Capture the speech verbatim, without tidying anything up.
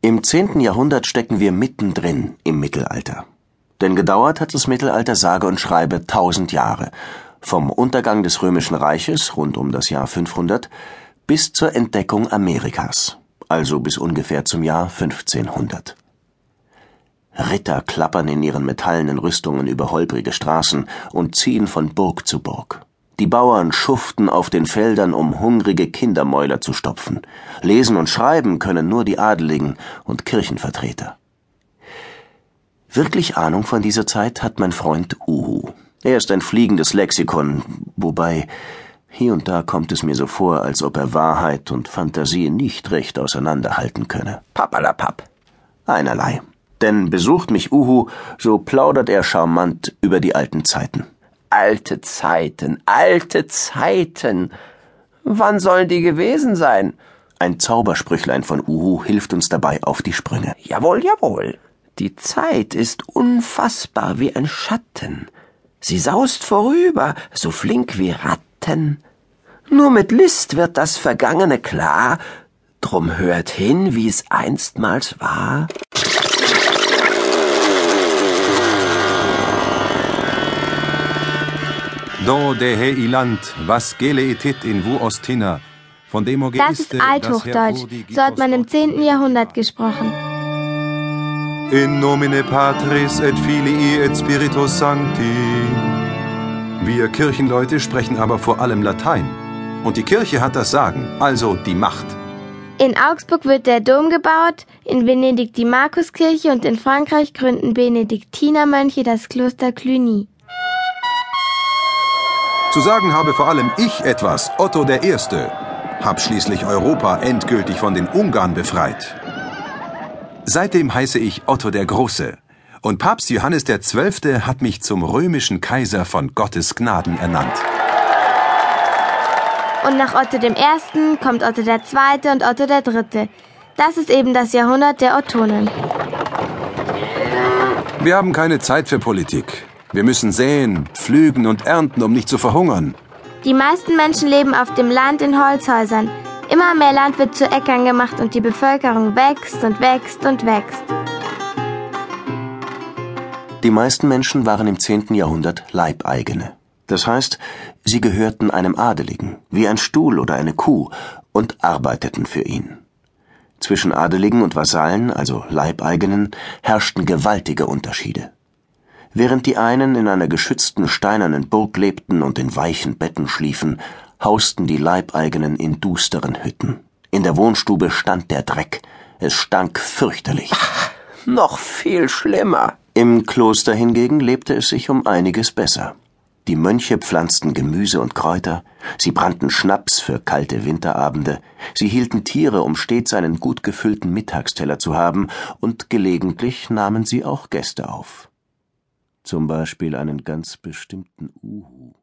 Im zehnten Jahrhundert stecken wir mittendrin im Mittelalter. Denn gedauert hat das Mittelalter sage und schreibe tausend Jahre, vom Untergang des Römischen Reiches rund um das Jahr fünfhundert bis zur Entdeckung Amerikas, also bis ungefähr zum Jahr fünfzehnhundert. Ritter klappern in ihren metallenen Rüstungen über holprige Straßen und ziehen von Burg zu Burg. Die Bauern schuften auf den Feldern, um hungrige Kindermäuler zu stopfen. Lesen und schreiben können nur die Adeligen und Kirchenvertreter. Wirklich Ahnung von dieser Zeit hat mein Freund Uhu. Er ist ein fliegendes Lexikon, wobei hier und da kommt es mir so vor, als ob er Wahrheit und Fantasie nicht recht auseinanderhalten könne. Papperlapapp. Einerlei. Denn besucht mich Uhu, so plaudert er charmant über die alten Zeiten. Alte Zeiten, alte Zeiten. Wann sollen die gewesen sein? Ein Zaubersprüchlein von Uhu hilft uns dabei auf die Sprünge. Jawohl, jawohl. Die Zeit ist unfassbar wie ein Schatten. Sie saust vorüber, so flink wie Ratten. Nur mit List wird das Vergangene klar, drum hört hin, wie's einstmals war. Do de he iland, was gele etit in vu ostina, von dem Das ist Althochdeutsch, so hat man im zehnten Jahrhundert gesprochen. In nomine Patris et Filii et Spiritus Sancti. Wir Kirchenleute sprechen aber vor allem Latein. Und die Kirche hat das Sagen, also die Macht. In Augsburg wird der Dom gebaut, in Venedig die Markuskirche und in Frankreich gründen Benediktinermönche das Kloster Cluny. Zu sagen habe vor allem ich etwas, Otto der Erste, hab schließlich Europa endgültig von den Ungarn befreit. Seitdem heiße ich Otto der Große und Papst Johannes der Zwölfte hat mich zum römischen Kaiser von Gottes Gnaden ernannt. Und nach Otto dem Ersten kommt Otto der Zweite und Otto der Dritte. Das ist eben das Jahrhundert der Ottonen. Wir haben keine Zeit für Politik. Wir müssen säen, pflügen und ernten, um nicht zu verhungern. Die meisten Menschen leben auf dem Land in Holzhäusern. Immer mehr Land wird zu Äckern gemacht und die Bevölkerung wächst und wächst und wächst. Die meisten Menschen waren im zehnten Jahrhundert Leibeigene. Das heißt, sie gehörten einem Adeligen, wie ein Stuhl oder eine Kuh, und arbeiteten für ihn. Zwischen Adeligen und Vasallen, also Leibeigenen, herrschten gewaltige Unterschiede. Während die einen in einer geschützten steinernen Burg lebten und in weichen Betten schliefen, hausten die Leibeigenen in dusteren Hütten. In der Wohnstube stand der Dreck. Es stank fürchterlich. Ach, noch viel schlimmer. Im Kloster hingegen lebte es sich um einiges besser. Die Mönche pflanzten Gemüse und Kräuter, sie brannten Schnaps für kalte Winterabende, sie hielten Tiere, um stets einen gut gefüllten Mittagsteller zu haben, und gelegentlich nahmen sie auch Gäste auf. Zum Beispiel einen ganz bestimmten Uhu.